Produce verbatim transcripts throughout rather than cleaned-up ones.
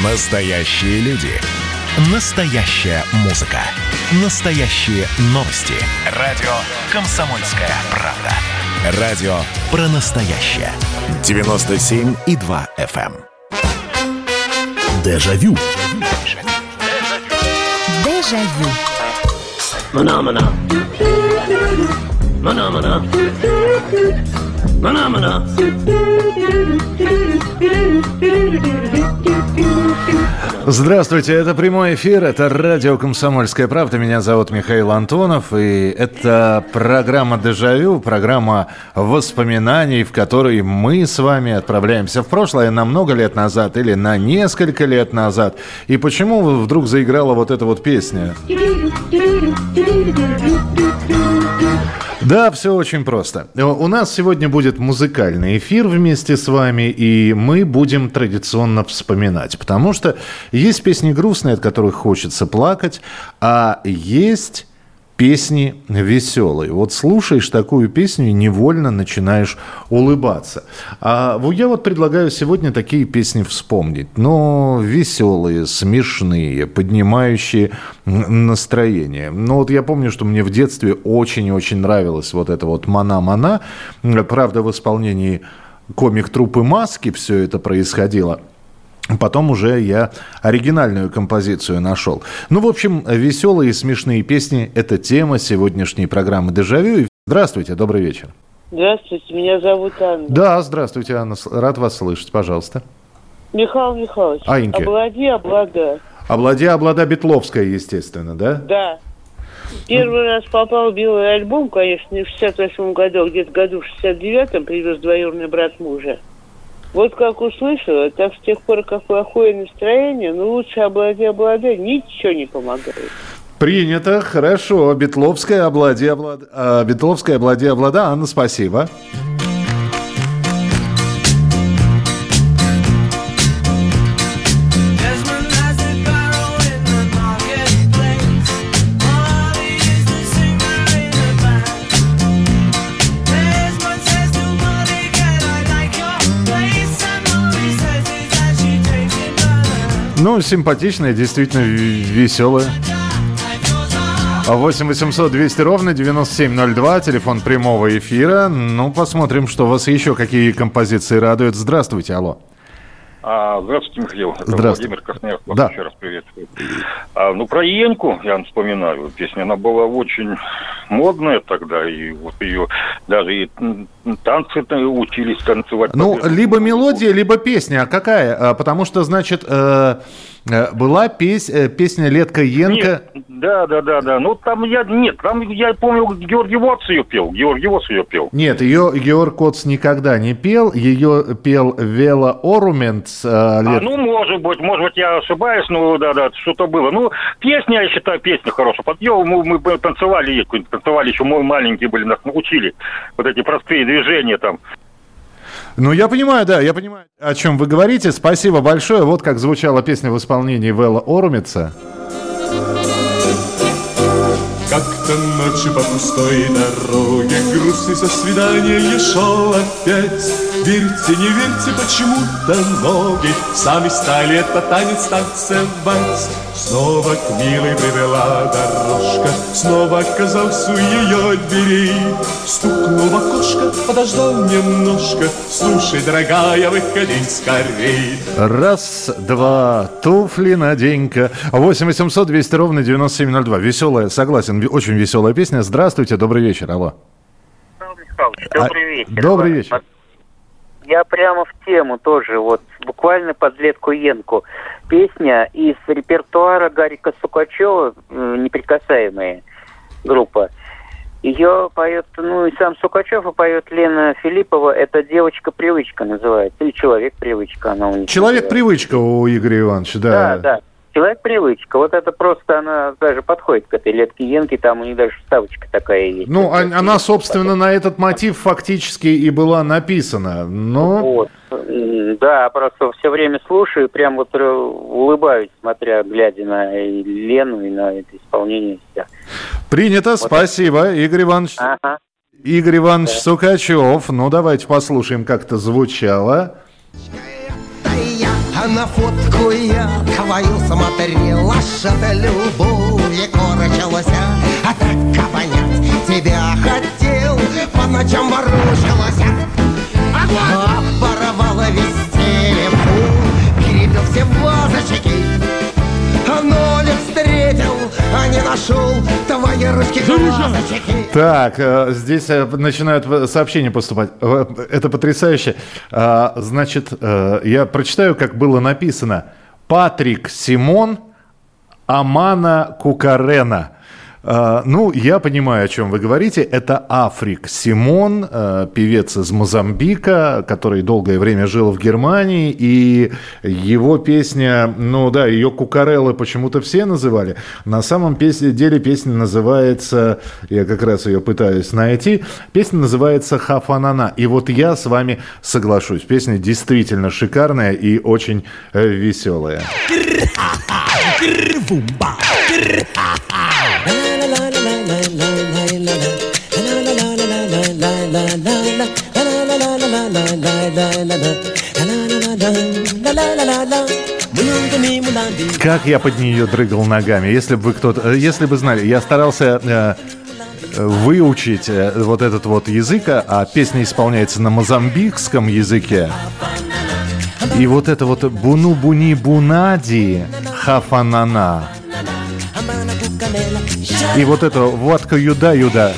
Настоящие люди. Настоящая музыка. Настоящие новости. Радио «Комсомольская правда». Радио про настоящее. девяносто семь и два эф эм. Дежавю. Дежавю. Мана-мана. Мана-мана. Мана-мана. Здравствуйте, это прямой эфир, это радио «Комсомольская правда». Меня зовут Михаил Антонов, и это программа «Дежавю», программа воспоминаний, в которой мы с вами отправляемся в прошлое на много лет назад или на несколько лет назад. И почему вдруг заиграла вот эта вот песня? Да, все очень просто. У нас сегодня будет музыкальный эфир вместе с вами, и мы будем традиционно вспоминать. Потому что есть песни грустные, от которых хочется плакать, а есть песни веселые. Вот слушаешь такую песню и невольно начинаешь улыбаться. А я вот предлагаю сегодня такие песни вспомнить. Но веселые, смешные, поднимающие настроение. Ну вот я помню, что мне в детстве очень-очень нравилась вот эта вот «Мана-мана». Правда, в исполнении комик-труппы «Маски» все это происходило. Потом уже я оригинальную композицию нашел. Ну, в общем, веселые и смешные песни – это тема сегодняшней программы «Дежавю». Здравствуйте, добрый вечер. Здравствуйте, меня зовут Анна. Да, здравствуйте, Анна. Рад вас слышать, пожалуйста. Михаил Михайлович. Аньки. Облади, облада. Облади, облада Бетловская, естественно, да? Да. Первый раз попал в белый альбом, конечно, в шестьдесят восьмом году, где-то году в шестьдесят девятом привез двоюродный брат мужа. Вот как услышала, так с тех пор, как плохое настроение, ну лучше облади, облада, ничего не помогает. Принято, хорошо. Бетловская, облади, облада. А, Бетловская, облади, облада. Анна, спасибо. Ну, симпатичная, действительно веселая. восемь восемьсот двести ровно девяносто семь ноль два, телефон прямого эфира. Ну, посмотрим, что вас еще, какие композиции радуют. Здравствуйте, алло. А, здравствуйте, Михаил. Это Здравствуйте. Владимир Красноярск. Вас Да. еще раз приветствую. А, ну, про Енку я вспоминаю. Песня, она была очень модная тогда, и вот ее даже и танцы учились танцевать. Ну, либо мелодия, либо песня. А какая? А, потому что, значит, э, э, была пес, э, песня «Летка Енка». Нет, да, да, да, да. Ну, там я, нет, там я помню, Георгий Воц ее пел. Георгий Воц ее пел. Нет, ее Георг Коц никогда не пел. Ее пел Вела Орументс. Э, лет... А, ну, может быть, может быть, я ошибаюсь, ну, да, да, что-то было. Ну, песня, я считаю, песня хорошая. Под ее мы, мы танцевали, танцевали еще маленькие были, нас научили вот эти простые движения там. Ну, я понимаю, да, я понимаю, о чем вы говорите. Спасибо большое. Вот как звучала песня в исполнении Вела Орументса. Как-то ночью по пустой дороге грустный со свидания я шел опять. Верьте, не верьте, почему-то ноги сами стали этот танец танцевать. Снова к милой привела дорожка, снова оказался у ее дверей. Стукнул в окошко, подождал немножко, слушай, дорогая, выходи скорей. Раз, два, туфли надень-ка. восемь восемьсот двести ровно девяносто семь ноль два. Веселая, согласен, очень веселая песня. Здравствуйте, добрый вечер, алло. Добрый вечер. Добрый вечер. Я прямо в тему тоже, вот буквально под Летку Енку. Песня из репертуара Гарика Сукачева «Неприкасаемые» группа. Ее поет, ну и сам Сукачев, и поет Лена Филиппова. Это «Девочка-привычка» называется, или «Человек-привычка» она у них. Человек-привычка у Игоря Ивановича, да. Да, да. Человек-привычка. Вот это просто, она даже подходит к этой Летке Енке, там у них даже вставочка такая есть. Ну, вот, она, собственно, на этот мотив фактически и была написана, но... Вот. Да, просто все время слушаю, прям вот улыбаюсь, смотря, глядя на и Лену, и на это исполнение. Вся. Принято, вот спасибо, это... Игорь Иванович. Ага. Игорь Иванович да. Сукачев. Ну, давайте послушаем, как это звучало. А на фотку я твою смотрел, аж от любви корчилась. А так обонять тебя хотел, по ночам ворочалась. Оборвала весь телефон, перебил все вазочки. А нолик встретил, а не нашел твои русские глазочки. Так, здесь начинают сообщения поступать. Это потрясающе. Значит, я прочитаю, как было написано. Патрик Симон, Амана Кукарена. Uh, ну, я понимаю, о чем вы говорите. Это Африк Симон, uh, певец из Мозамбика, который долгое время жил в Германии. И его песня, ну да, ее кукареллы почему-то все называли. На самом песне, деле песня называется, я как раз ее пытаюсь найти, песня называется «Хафанана». И вот я с вами соглашусь. Песня действительно шикарная и очень э, веселая. Как я под нее дрыгал ногами, если бы вы кто-то, если бы знали, я старался э, выучить э, вот этот вот язык, а песня исполняется на мозамбикском языке. И вот это вот буну-буни-бунади, хафанана. И вот это ватка юда-юда.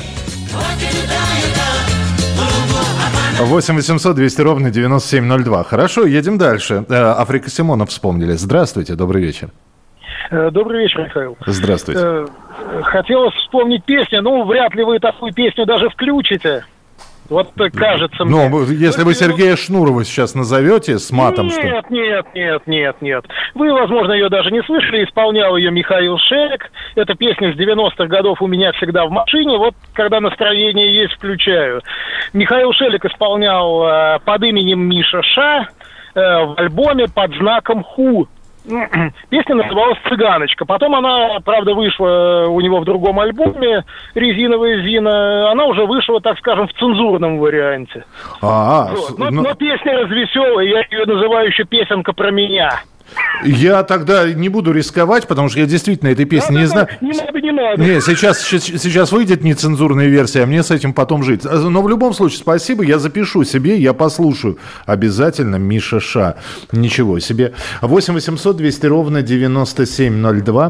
восемь восемьсот двести ровно девяносто семь ноль два. Хорошо, едем дальше. Африка Симона вспомнили. Здравствуйте, добрый вечер. Добрый вечер, Михаил. Здравствуйте. Хотелось вспомнить песню, ну, вряд ли вы такую песню даже включите. Вот кажется мне. Ну, если вы Сергея Шнурова сейчас назовете с матом, нет, что? Нет, нет, нет, нет, нет. Вы, возможно, ее даже не слышали. Исполнял ее Михаил Шелик. Эта песня с девяностых годов у меня всегда в машине. Вот, когда настроение есть, включаю. Михаил Шелик исполнял э, под именем Миша Ша э, в альбоме под знаком Ху. Песня называлась «Цыганочка». Потом она, правда, вышла у него в другом альбоме «Резиновая Зина». Она уже вышла, так скажем, в цензурном варианте. А, вот. но, ну... но песня развеселая, я ее называю еще «Песенка про меня». Я тогда не буду рисковать, потому что я действительно этой песни да, не да, знаю. Не надо, не надо. Не, сейчас, сейчас выйдет нецензурная версия, а мне с этим потом жить. Но в любом случае, спасибо, я запишу себе, я послушаю. Обязательно Миша Ша. Ничего себе. восемь восемьсот двести ровно девяносто семь ноль два.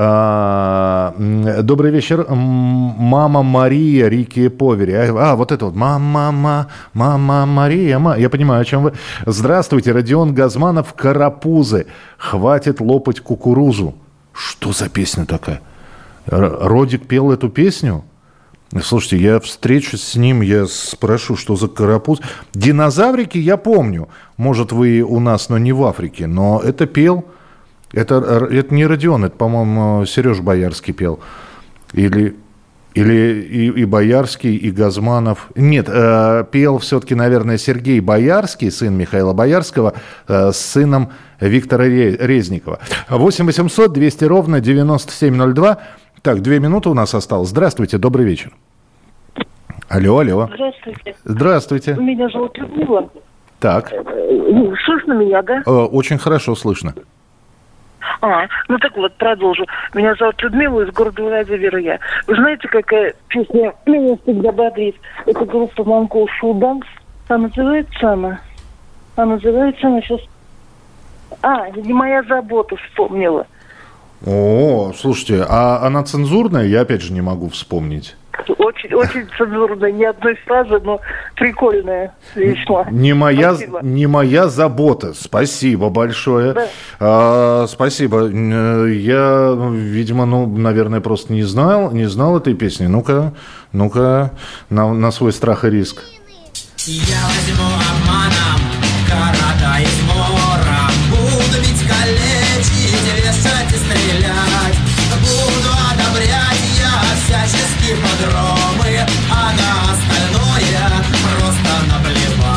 Добрый вечер. Мама Мария, Рики Повери. А, вот это вот. Мама, мама, мама Мария. Ма. Я понимаю, о чем вы. Здравствуйте, Родион Газманов, «Карапузы». Хватит лопать кукурузу. Что за песня такая? Родик пел эту песню? Слушайте, я встречусь с ним, я спрошу, что за карапуз. Динозаврики я помню. Может, вы у нас, но не в Африке. Но это пел... Это, это не Родион, это, по-моему, Сереж Боярский пел. Или... Или и, и Боярский, и Газманов. Нет, э, пел все-таки, наверное, Сергей Боярский, сын Михаила Боярского, э, с сыном Виктора Резникова. восемь восемьсот двести ровно девяносто семь ноль два. Так, две минуты у нас осталось. Здравствуйте, добрый вечер. Алло, алло. Здравствуйте. Здравствуйте. Меня зовут Людмила. Так. Слышно меня, да? Э, очень хорошо слышно. А, ну так вот, продолжу. Меня зовут Людмила, из города Владимира я. Вы знаете, какая песня меня всегда бодрит? Это группа Манкоу Шуданс. А называется она? А называется она сейчас... А, «Не моя забота», вспомнила. О, слушайте, а она цензурная? Я опять же не могу вспомнить. Очень, очень цензурная, ни одной фразы, но прикольная весьма. Не моя, не моя забота. Спасибо большое. Да. А, спасибо. Я, видимо, ну, наверное, просто не знал, не знал этой песни. Ну-ка, ну-ка, на, на свой страх и риск. Я возьму обманом города из мора, буду бить, калечить, вешать и стрелять, буду одобрять я всяческие подромы, а на остальное просто наплевать.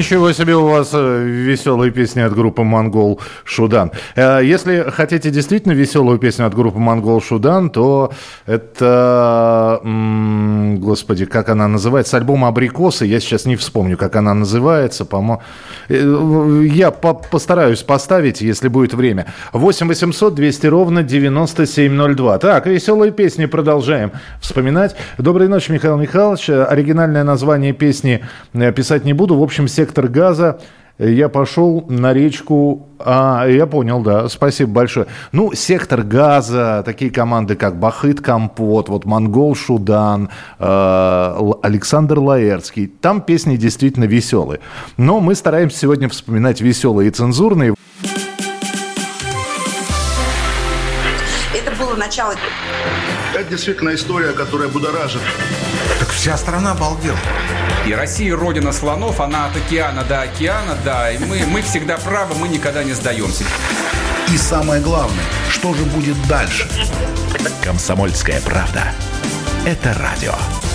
Ничего себе у вас веселые песни от группы «Монгол Шудан». Если хотите действительно веселую песню от группы «Монгол Шудан», то это, господи, как она называется, альбом «Абрикосы». Я сейчас не вспомню, как она называется. По-моему, я по- постараюсь поставить, если будет время. восемь восемьсот двести ровно девяносто семь ноль два. Так, веселые песни продолжаем вспоминать. Доброй ночи, Михаил Михайлович. Оригинальное название песни писать не буду. В общем, «Сектор газа». Я пошел на речку... А, я понял, да. Спасибо большое. Ну, «Сектор газа», такие команды, как «Бахыт Компот», вот «Монгол Шудан», э, Александр Лаэртский. Там песни действительно веселые. Но мы стараемся сегодня вспоминать веселые и цензурные. Это было начало... Это действительно история, которая будоражит. Так вся страна обалдела. И Россия родина слонов, она от океана до океана, да. И мы, мы всегда правы, мы никогда не сдаемся. И самое главное, что же будет дальше? «Комсомольская правда». Это радио.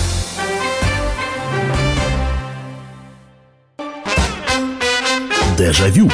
Дежавю.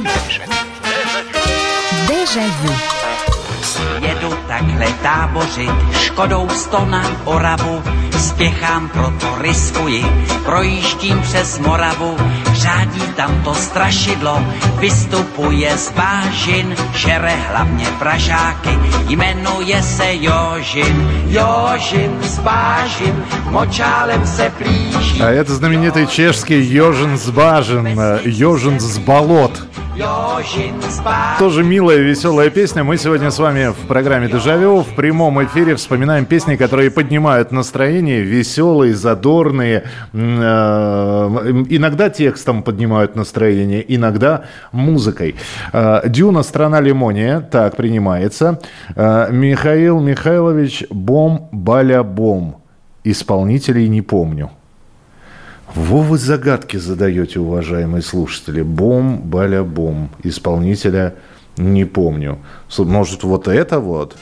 Дежавю. Jedu takhle tábořit, Škodou sto na Oravu, spěchám, proto riskuji, projíždím přes Moravu, řádí tam to strašidlo, vystupuje z bážin, žere hlavně pražáky, jmenuje se Jožin, Jožin z bážin, močálem se plíží. А это знаменитый чешский Ёжин с бажин, Ёжин с болот. Тоже милая, веселая песня. Мы сегодня с вами в программе «Дежавю» в прямом эфире вспоминаем песни, которые поднимают настроение, веселые, задорные. Иногда текстом поднимают настроение, иногда музыкой. «Дюна. Страна лимония». Так, принимается. Михаил Михайлович «Бом-баля-бом». Исполнителей не помню. Во вы загадки задаете, уважаемые слушатели. Бом-баля-бом. Исполнителя не помню. Может, вот это вот?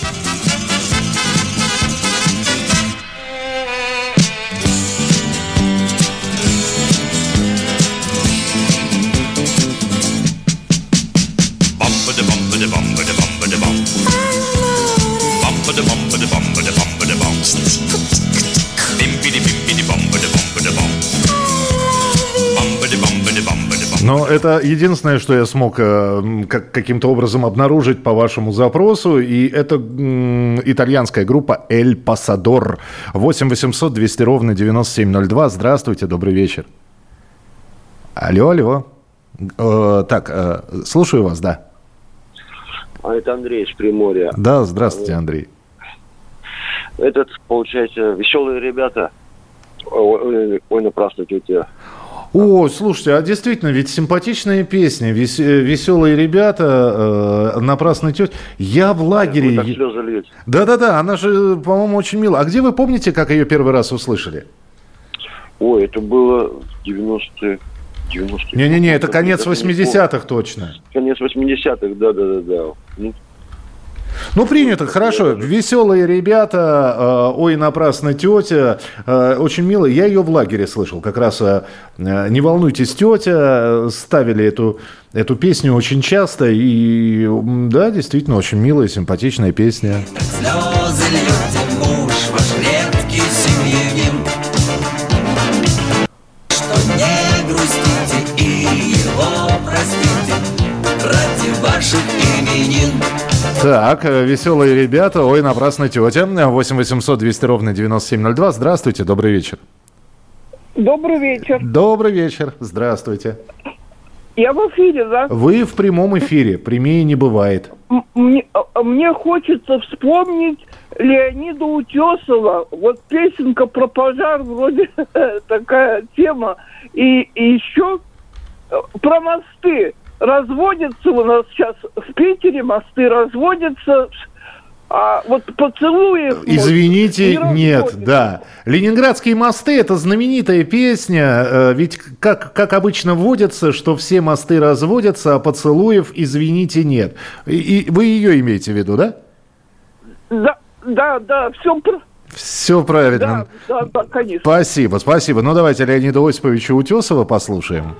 Но это единственное, что я смог э, как, каким-то образом обнаружить по вашему запросу. И это м, итальянская группа «Эль Пасадор». восемь восемьсот двести ровно девяносто семь ноль два. Здравствуйте, добрый вечер. Алло, алло. Э, так, э, слушаю вас, да. А это Андрей из Приморья. Да, здравствуйте, Андрей. Этот, получается, «Веселые ребята». Ой, ой, напрасно тетя. О, слушайте, а действительно, ведь симпатичные песни, вес, веселые ребята, э, напрасно тетя. Я в лагере. Вы так слезы льете. Да-да-да, она же, по-моему, очень мила. А где вы помните, как ее первый раз услышали? Ой, это было в девяностые... девяностые... Не-не-не, это конец восьмидесятых точно. Конец восьмидесятых, да-да-да. Ну, Ну, принято, хорошо. Веселые ребята, э, ой, напрасно тетя, э, очень мило. Я ее в лагере слышал, как раз э, «Не волнуйтесь, тетя», ставили эту, эту песню очень часто. И да, действительно, очень милая, симпатичная песня. Слезы льете, муж ваш редкий семьянин, что не грустите и его простите ради ваших именин. Так, веселые ребята, ой, напрасно тетя. восемь восемьсот двести ровно девяносто семь ноль два. Здравствуйте, добрый вечер. Добрый вечер. Добрый вечер, здравствуйте. Я в эфире, да? Вы в прямом эфире, прямее не бывает. Мне, мне хочется вспомнить Леонида Утесова. Вот песенка про пожар, вроде такая тема. И, и еще про мосты. Разводятся у нас сейчас в Питере, мосты разводятся, а вот поцелуев... Извините, вот, не нет, да. «Ленинградские мосты» — это знаменитая песня, ведь как, как обычно вводится, что все мосты разводятся, а поцелуев, извините, нет. И, и вы ее имеете в виду, да? Да, да, да, все... Все правильно. Да, да, да, конечно. Спасибо, спасибо. Ну, давайте Леонида Осиповича Утесова послушаем.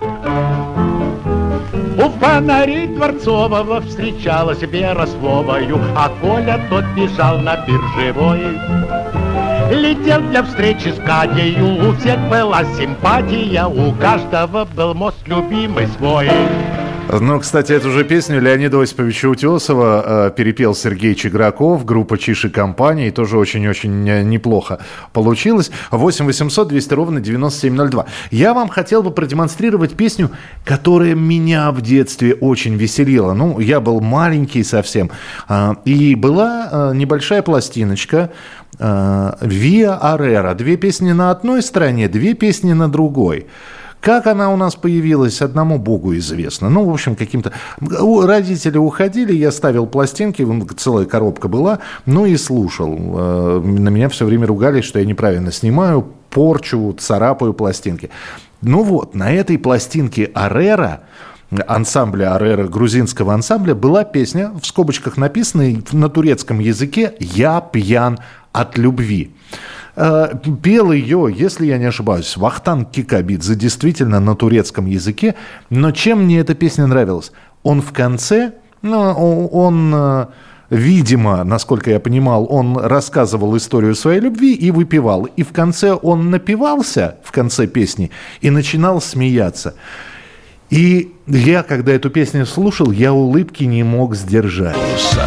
У фонарей Дворцового встречалась Вера с Вовою, а Коля тот бежал на биржевой. Летел для встречи с Катею, у всех была симпатия, у каждого был мост любимый свой. Ну, кстати, эту же песню Леонида Осиповича Утесова э, перепел Сергей Чиграков, группа «Чиж и компания», и тоже очень-очень неплохо получилось. восемь восемьсот двести ровно девяносто семь ноль два. Я вам хотел бы продемонстрировать песню, которая меня в детстве очень веселила. Ну, я был маленький совсем. Э, и была э, небольшая пластиночка э, «Виа Арера». Две песни на одной стороне, две песни на другой. Как она у нас появилась, одному богу известно. Ну, в общем, каким-то... Родители уходили, я ставил пластинки, целая коробка была, ну и слушал. На меня все время ругались, что я неправильно снимаю, порчу, царапаю пластинки. Ну вот, на этой пластинке «Арера», ансамбля «Арера», грузинского ансамбля, была песня, в скобочках написанная на турецком языке «Я пьян от любви». Пел ее, если я не ошибаюсь, Вахтанг Кикабидзе, действительно на турецком языке. Но чем мне эта песня нравилась? Он в конце, ну, он, видимо, насколько я понимал, он рассказывал историю своей любви и выпивал. И в конце он напивался, в конце песни, и начинал смеяться. И я, когда эту песню слушал, я улыбки не мог сдержать.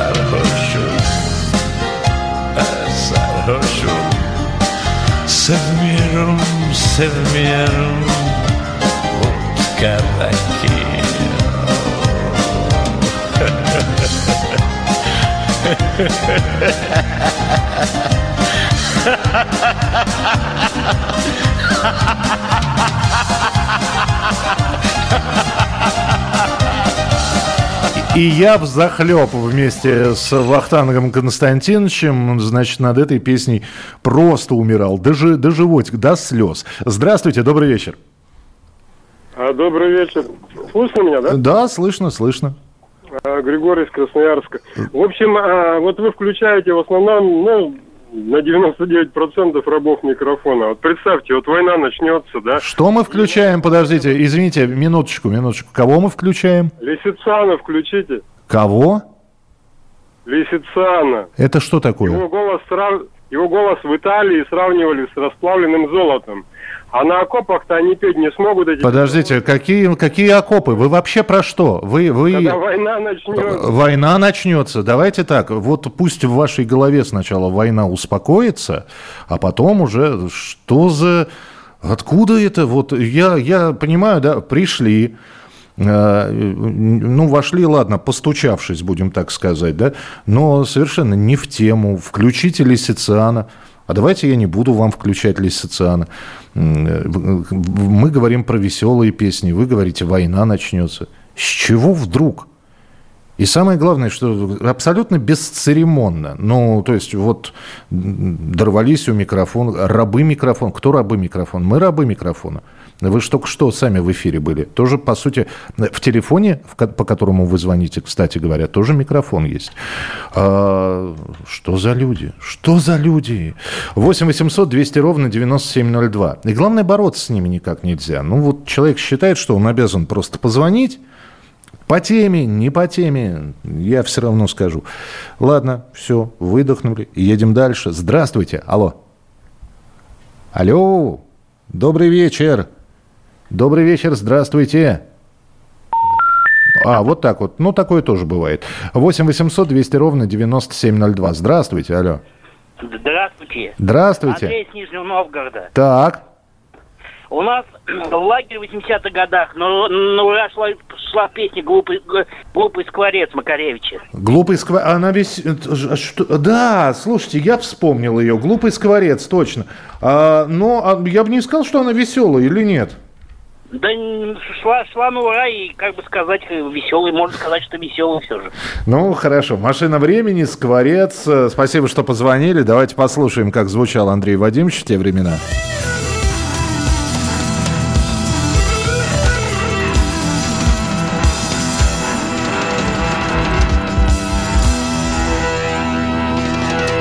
Sevmiyorum, sevmiyorum Utkadaki И я взахлеб вместе с Вахтангом Константиновичем, значит, над этой песней просто умирал. До, до животик, до слез. Здравствуйте, добрый вечер. А, добрый вечер. Слышно меня, да? Да, слышно, слышно. А, Григорий из Красноярска. В общем, а, вот вы включаете в основном, ну, на девяносто девять процентов рабов микрофона. Вот представьте, вот война начнется, да? Что мы включаем? Подождите, извините, минуточку, минуточку. Кого мы включаем? Лисицана включите. Кого? Лисицана. Это что такое? Его голос, срав... Его голос в Италии сравнивали с расплавленным золотом. А на окопах-то они петь не смогут. Эти... Подождите, какие, какие окопы? Вы вообще про что? Вы, вы... Когда война начнется. Война начнется. Давайте так, вот пусть в вашей голове сначала война успокоится, а потом уже что за... Откуда это? Вот я, я понимаю, да, пришли, э, ну, вошли, ладно, постучавшись, будем так сказать, да, но совершенно не в тему. Включите Лисицана. А давайте я не буду вам включать Лисицана. Мы говорим про веселые песни, вы говорите, война начнется. С чего вдруг? И самое главное, что абсолютно бесцеремонно. Ну, то есть, вот дорвались у микрофона, рабы микрофона. Кто рабы микрофона? Мы рабы микрофона. Вы же только что сами в эфире были. Тоже, по сути, в телефоне, по которому вы звоните, кстати говоря, тоже микрофон есть. А, что за люди? Что за люди? восемь восемьсот двести ровно девяносто семь ноль два. И главное, бороться с ними никак нельзя. Ну, вот человек считает, что он обязан просто позвонить. По теме, не по теме, я все равно скажу. Ладно, все, выдохнули, едем дальше. Здравствуйте, алло. Алло, добрый вечер. Добрый вечер, здравствуйте. А, вот так вот, ну такое тоже бывает. восемь восемьсот двести ровно девяносто семь ноль два. Здравствуйте, алло. Здравствуйте. Здравствуйте. Андрей из Нижнего Новгорода. Так. У нас в лагере в восьмидесятых годах на, на ура шла, шла песня «Глупый, глупый скворец» Макаревича. «Глупый скворец», она весь... Что? Да, слушайте, я вспомнил ее. «Глупый скворец», точно. А, но а я бы не сказал, что она веселая или нет. Да шла, шла на ура и, как бы сказать, веселый. Можно сказать, что веселый все же. Ну, хорошо. «Машина времени», «Скворец». Спасибо, что позвонили. Давайте послушаем, как звучал Андрей Вадимович в те времена.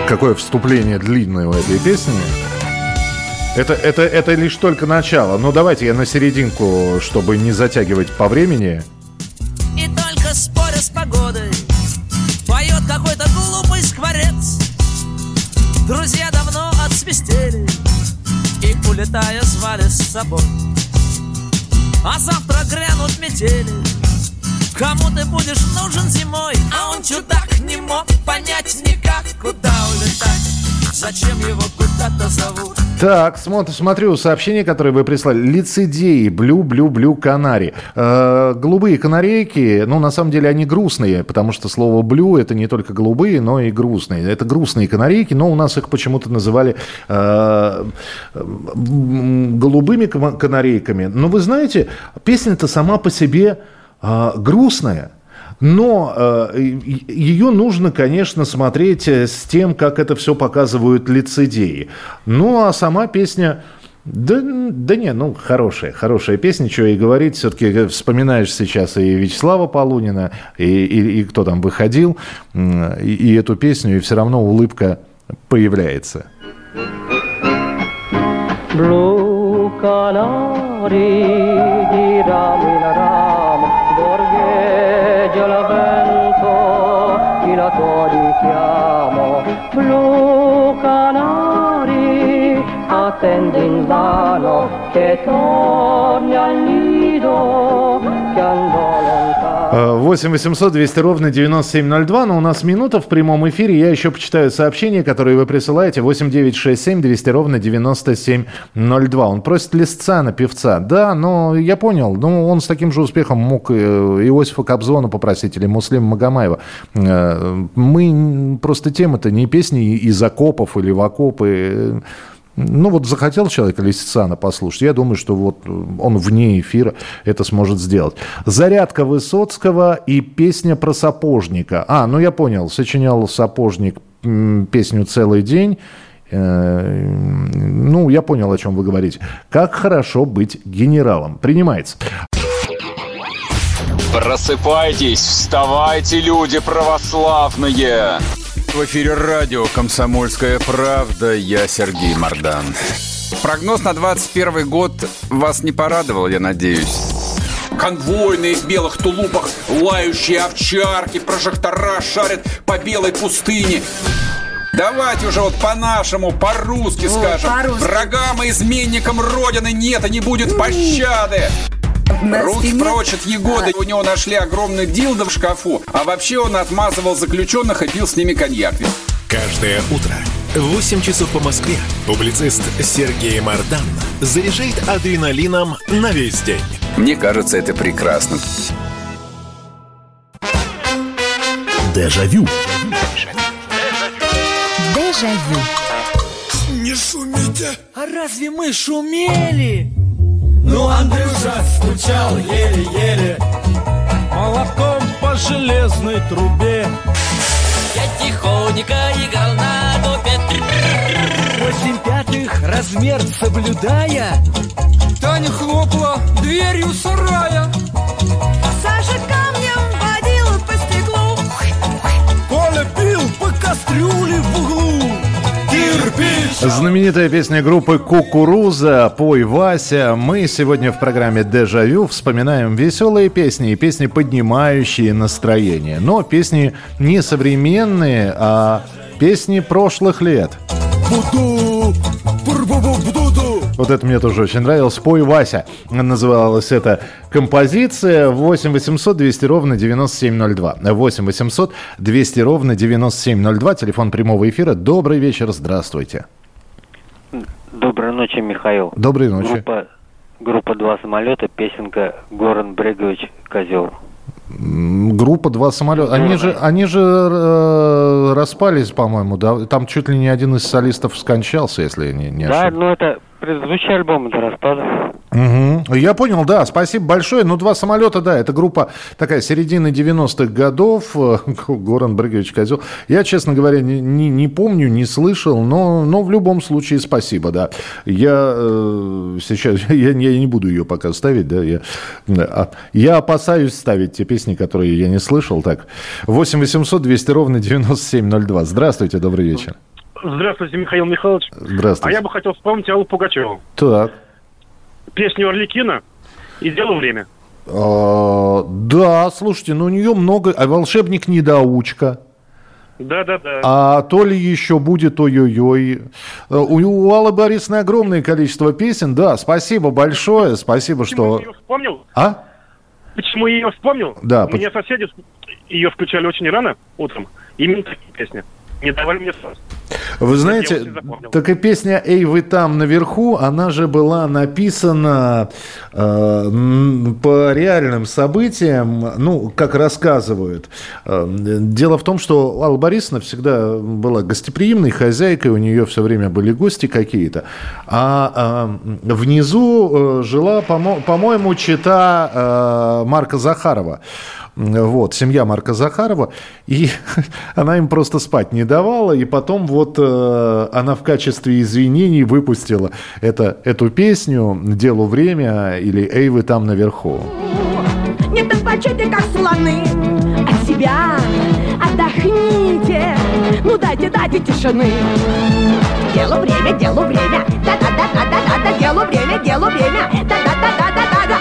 Какое вступление длинное у этой песни. Это, это, это лишь только начало. Но давайте я на серединку, чтобы не затягивать по времени. И только споря с погодой поет какой-то глупый скворец. Друзья давно отсвистели и, улетая, звали с собой. А завтра грянут метели. Кому ты будешь нужен зимой? А он, чудак, не мог понять никак, куда улетать. Зачем его куда-то зовут? Так, смотр, смотрю сообщение, которое вы прислали. Лицедеи, блю, блю, блю, канари. Э, голубые канарейки, ну, на самом деле, они грустные, потому что слово блю — это не только голубые, но и грустные. Это грустные канарейки, но у нас их почему-то называли э, голубыми канарейками. Но вы знаете, песня-то сама по себе э, грустная. Но э, ее нужно, конечно, смотреть с тем, как это все показывают лицедеи. Ну, а сама песня... Да, да не, ну, хорошая, хорошая песня, что и говорить. Все-таки вспоминаешь сейчас и Вячеслава Полунина, и, и, и кто там выходил, и, и эту песню, и все равно улыбка появляется. Blue canary di ramo in ramo, borgheggia il vento, chi la tua richiamo. Blue canary, attendi invano che torni al nido che andò lontano. восемь восемьсот двести ровно девяносто семь ноль два, но у нас минута в прямом эфире. Я еще почитаю сообщения, которые вы присылаете. восемь девятьсот шестьдесят семь двести ровно девяносто семь ноль два. Он просит Листца на певца. Да, но я понял. Ну, он с таким же успехом мог Иосифа Кобзона попросить или Муслима Магомаева. Мы просто тема-то не песни из окопов или в окопы. Ну, вот захотел человек Лисицына послушать, я думаю, что вот он вне эфира это сможет сделать. Зарядка Высоцкого и песня про сапожника. А, ну я понял, сочинял сапожник песню «Целый день». Ну, я понял, о чем вы говорите. Как хорошо быть генералом. Принимается. Просыпайтесь, вставайте, люди православные! В эфире радио «Комсомольская правда». Я Сергей Мордан. Прогноз на двадцать первый год вас не порадовал, я надеюсь. Конвойные в белых тулупах, лающие овчарки, прожектора шарят по белой пустыне. Давайте уже вот по-нашему, по-русски скажем. По-русски. Врагам и изменникам Родины нет и не будет пощады. Руки прочь от Егоды. У него нашли огромный дилдо в шкафу. А вообще он отмазывал заключенных и пил с ними коньяк. Каждое утро в восемь часов по Москве публицист Сергей Мордан заряжает адреналином на весь день. Мне кажется, это прекрасно. Дежавю. Дежавю. Не шумите. А разве мы шумели? Ну, Андрюша стучал еле-еле молотком по железной трубе. Я тихонько играл на дупе. Восемь пятых размер соблюдая, Таня хлопала дверью сарая. Саша камнем водил по стеклу. Коля пил по кастрюле в углу. Знаменитая песня группы «Кукуруза» «Пой, Вася». Мы сегодня в программе «Дежавю» вспоминаем веселые песни и песни, поднимающие настроение. Но песни не современные, а песни прошлых лет. Вот это мне тоже очень нравилось. «Пой, Вася» называлась эта композиция. восемь восемьсот двести ровно девяносто семь ноль два. восемь восемьсот двести ровно девяносто семь ноль два. Телефон прямого эфира. Добрый вечер, здравствуйте. Доброй ночи, Михаил. Доброй ночи. Группа, группа «Два самолета», песенка «Горан Брегович Козел». Группа «Два самолета». Они же, они же э, распались, по-моему, да? Там чуть ли не один из солистов скончался, если не, не ошибаюсь. Да, ну это предыдущий альбом до распада. Угу. Я понял, да, спасибо большое. Ну, «Два самолета», да, это группа такая середины девяностых годов. Горан Брегович Козел. Я, честно говоря, не, не, не помню, не слышал, но, но в любом случае спасибо, да. Я э, сейчас, я, я не буду ее пока ставить, да. Я, я опасаюсь ставить те песни, которые я не слышал. Так, восемь восемьсот двести ровно девяносто семь ноль два. Здравствуйте, добрый вечер. Здравствуйте, Михаил Михайлович. Здравствуйте. А я бы хотел вспомнить Аллу Пугачеву. Так. Песню «Арлекино» и «Дело время». А, да, слушайте, ну у нее много... А «Волшебник-недоучка». Да-да-да. А то ли еще будет ой-ой-ой. У, у Аллы Борисовны огромное количество песен. Да, спасибо большое. Спасибо, Почему что... я ее вспомнил? А? Почему я ее вспомнил? Да. У меня соседи ее включали очень рано утром. Именно такие песни. Не давали мне сон. Вы знаете, так и песня «Эй, вы там наверху», она же была написана э, по реальным событиям, ну, как рассказывают. Э, дело в том, что Алла Борисовна всегда была гостеприимной хозяйкой, у нее все время были гости какие-то. А э, внизу жила, по-мо- по-моему, чета э, Марка Захарова. Вот, семья Марка Захарова, и она им просто спать не давала, и потом вот э, она в качестве извинений выпустила это, эту песню «Делу время» или «Эй, вы там наверху». Не толпачите, как слоны, от себя отдохните, ну дайте, дайте тишины. Делу время, делу время, да-да-да-да-да-да, делу время, делу время, да-да-да-да-да-да,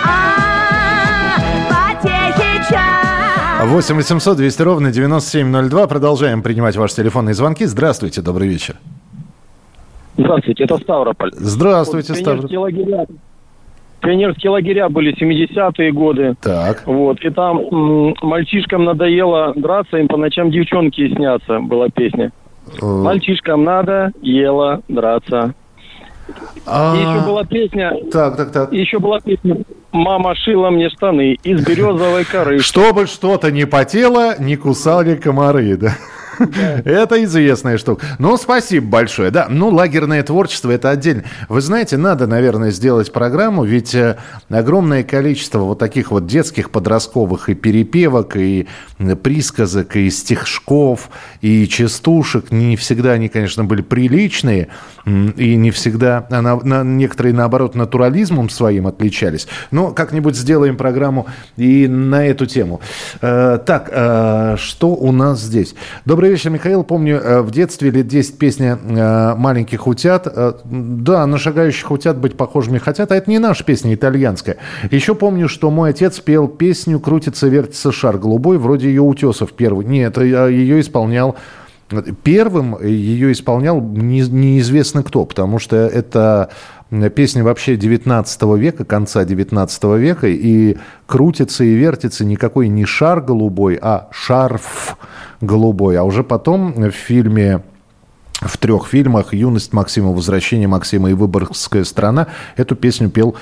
а потехи час. восемь восемьсот двести ровно девяносто семь ноль два. Продолжаем принимать ваши телефонные звонки. Здравствуйте, добрый вечер. Здравствуйте, это Ставрополь. Здравствуйте, вот, Ставрополь. Пионерские лагеря, пионерские лагеря были семидесятые годы. Так. Вот, и там м- мальчишкам надоело драться, им по ночам девчонки снятся, была песня. О. Мальчишкам надо ело драться. А... И еще была песня... Так, так, так. И еще была песня «Мама шила мне штаны из березовой коры». Чтобы что-то не потело, не кусали комары, да? Это известная штука. Ну, спасибо большое. Да, ну, лагерное творчество – это отдельно. Вы знаете, надо, наверное, сделать программу, ведь огромное количество вот таких вот детских, подростковых и перепевок, и присказок, и стишков, и частушек. Не всегда они, конечно, были приличные, и не всегда, а на, на, некоторые, наоборот, натурализмом своим отличались. Но как-нибудь сделаем программу и на эту тему. Э, так, э, что у нас здесь? Добрый вечер, Михаил. Помню, в детстве лет десять песня «Маленьких утят». Да, на шагающих утят быть похожими хотят, а это не наша песня, итальянская. Еще помню, что мой отец пел песню «Крутится, вертится шар голубой», вроде ее «Утесов» первый. Нет, ее исполнял... Первым ее исполнял не, неизвестно кто, потому что это песня вообще девятнадцатого века, конца девятнадцатого века, и крутится и вертится никакой не шар голубой, а шарф голубой. А уже потом в фильме... В трех фильмах «Юность Максима», «Возвращение Максима» и «Выборгская страна» эту песню пел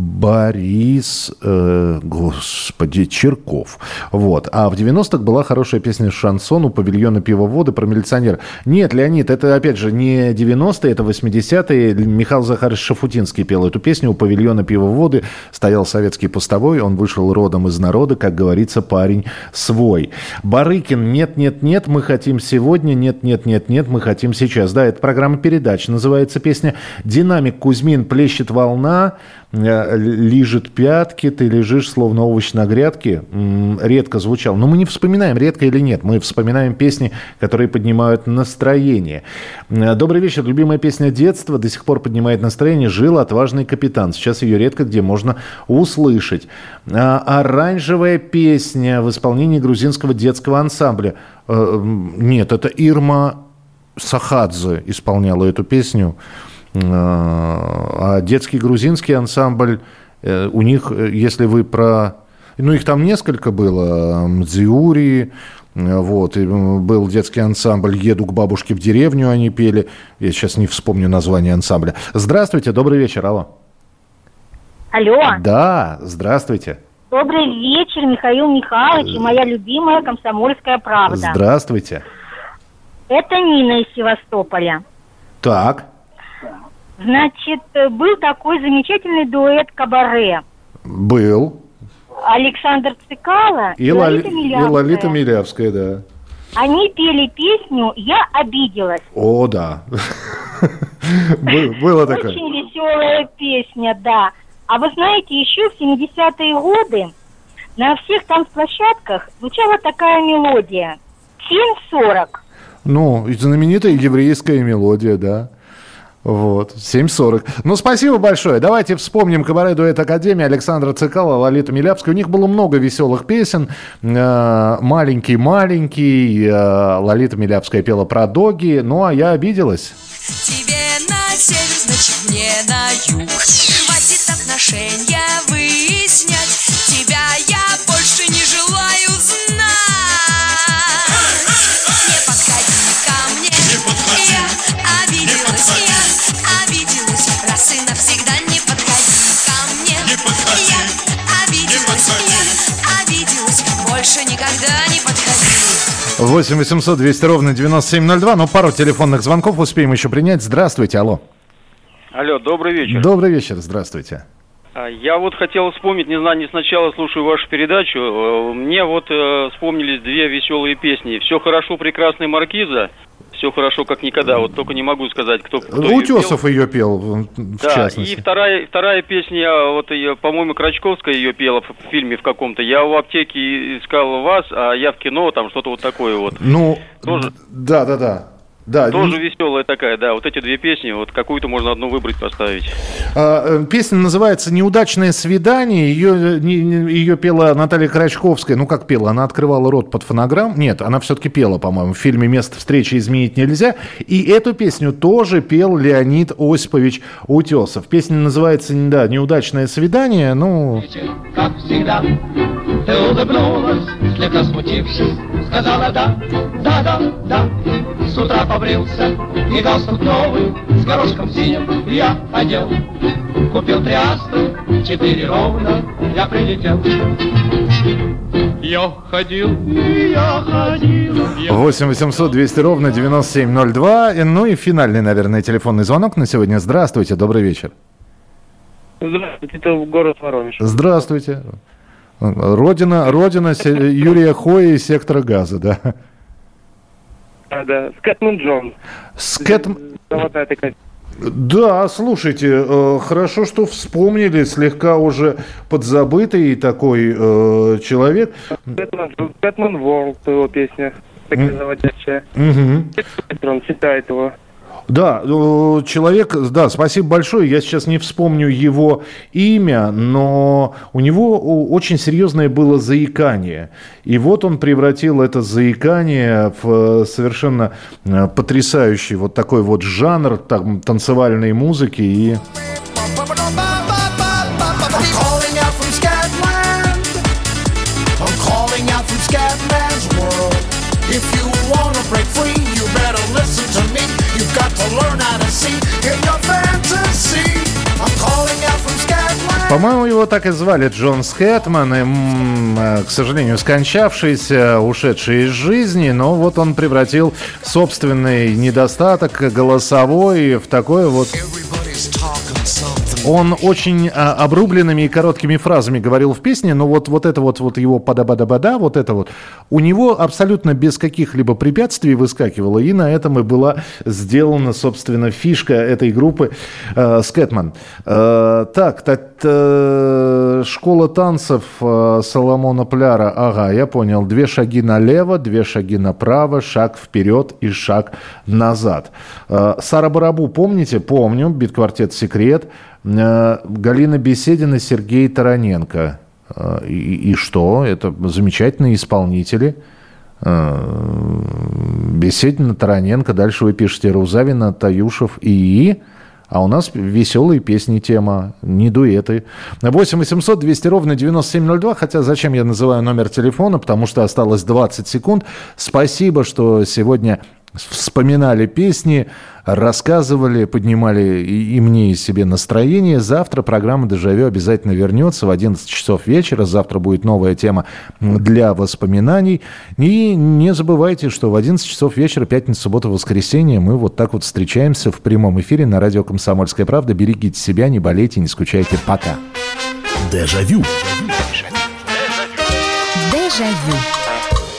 Борис, э, господи, Черков. Вот. А в девяностых была хорошая песня «Шансон» у павильона пивоводы про милиционера. Нет, Леонид, это, опять же, не девяностые, это восьмидесятые. Михаил Захарович Шафутинский пел эту песню у павильона пивоводы. Стоял советский постовой, он вышел родом из народа, как говорится, парень свой. Барыкин, нет-нет-нет, мы хотим сегодня, нет-нет-нет-нет, мы хотим сегодня. Сейчас, да, это программа передач. Называется песня «Динамик Кузьмин, плещет волна, лижет пятки, ты лежишь, словно овощ на грядке». Редко звучал. Но мы не вспоминаем, редко или нет. Мы вспоминаем песни, которые поднимают настроение. Добрый вечер. Любимая песня детства до сих пор поднимает настроение. «Жил отважный капитан». Сейчас ее редко где можно услышать. Оранжевая песня в исполнении грузинского детского ансамбля. Нет, это Ирма Сахадзе исполняла эту песню, а детский грузинский ансамбль, у них, если вы про... Ну, их там несколько было, Мдзиури, вот, и был детский ансамбль «Еду к бабушке в деревню», они пели, я сейчас не вспомню название ансамбля. Здравствуйте, добрый вечер, алло. Алло. Да, здравствуйте. Добрый вечер, Михаил Михайлович и моя любимая «Комсомольская правда». Здравствуйте. Это Нина из Севастополя. Так. Значит, был такой замечательный дуэт «Кабаре». Был. Александр Цикало и, и Лолита Милявская. И Лолита Милявская, да. Они пели песню «Я обиделась». О, да. Было такое. Очень веселая песня, да. А вы знаете, еще в семидесятые годы на всех танцплощадках звучала такая мелодия. семь сорок. Ну, знаменитая еврейская мелодия, да. Вот, семь сорок. Ну, спасибо большое. Давайте вспомним кабаре-дуэт Академии Александра Цекало, Лолита Милявская. У них было много веселых песен. «Маленький-маленький», Лолита Милявская пела про доги. Ну, а я обиделась. Тебе на север, значит мне на юг. Хватит отношения выяснять. Тебя я больше не желаю знать. Не подходи ко мне. Я обиделась, я обиделась. Раз и навсегда не подходи ко мне. Я обиделась, я обиделась. Больше никогда не подходи. восемь восемьсот двести ровно девяносто семь ноль два. Ну, пару телефонных звонков успеем еще принять. Здравствуйте, алло. Алло, добрый вечер. Добрый вечер, здравствуйте. Я вот хотел вспомнить, не знаю, не сначала слушаю вашу передачу. Мне вот э, вспомнились две веселые песни. «Все хорошо, прекрасная маркиза». «Все хорошо, как никогда». Вот только не могу сказать, кто, кто Утесов ее пел, в да, частности. И вторая, вторая песня, вот ее, по-моему, Крачковская ее пела в фильме в каком-то. Я в аптеке искал вас, а я в кино, там что-то вот такое вот. Ну, тоже, да, да, да. Да, тоже не... веселая такая, да. Вот эти две песни, вот какую-то можно одну выбрать, поставить. А, песня называется «Неудачное свидание». Ее, не, ее пела Наталья Крачковская. Ну, как пела? Она открывала рот под фонограмм. Нет, она все-таки пела, по-моему, в фильме «Место встречи изменить нельзя». И эту песню тоже пел Леонид Осипович Утесов. Песня называется, да, «Неудачное свидание». Ну... Как всегда, ты улыбнулась, слегка смутившись, сказала «да, да, да, да». С утра побрился и галстук новый с горошком синим я одел. Купил три астры, четыре ровно, я прилетел. Я ходил, я ходил. восемь восемьсот двести ровно девяносто семь ноль два. Ну и финальный, наверное, телефонный звонок на сегодня. Здравствуйте, добрый вечер. Здравствуйте, это город Воронеж. Здравствуйте. Родина, родина Юрия Хоя и сектора газа, да? Да, да. Скэтман Джон. Скэтм... Золотая такая. Да, слушайте, э, хорошо, что вспомнили, слегка уже подзабытый такой э, человек. Скэтман Ворлд, его песня, такая mm. заводящая. Mm-hmm. Он читает его. Да, человек, да, спасибо большое. Я сейчас не вспомню его имя, но у него очень серьезное было заикание. И вот он превратил это заикание в совершенно потрясающий вот такой вот жанр там, танцевальной музыки. И... По-моему, его так и звали, Джон Скэтман, и, к сожалению, скончавшийся, ушедший из жизни, но вот он превратил собственный недостаток голосовой в такое вот... Он очень а, обрубленными и короткими фразами говорил в песне, но вот, вот это вот, вот его пада-бада-бада, вот это вот, у него абсолютно без каких-либо препятствий выскакивало, и на этом и была сделана, собственно, фишка этой группы э, Скэтман. Э, так, та, та, школа танцев э, Соломона Пляра, ага, я понял, две шаги налево, две шаги направо, шаг вперед и шаг назад. Э, Сара Барабу, помните? Помню, бит-квартет «Секрет». Галина Беседина, Сергей Тараненко. И, и что? Это замечательные исполнители. Беседина, Тараненко. Дальше вы пишете Рузавина, Таюшев и... А у нас веселые песни тема, не дуэты. восемь восемьсот двести ровно девяносто семь ноль два. Хотя зачем я называю номер телефона? Потому что осталось двадцать секунд. Спасибо, что сегодня вспоминали песни, рассказывали, поднимали и, и мне, и себе настроение. Завтра программа «Дежавю» обязательно вернется в одиннадцать часов вечера. Завтра будет новая тема для воспоминаний. И не забывайте, что в одиннадцать часов вечера, пятница, суббота, воскресенье мы вот так вот встречаемся в прямом эфире на радио «Комсомольская правда». Берегите себя, не болейте, не скучайте. Пока. Дежавю. Дежавю.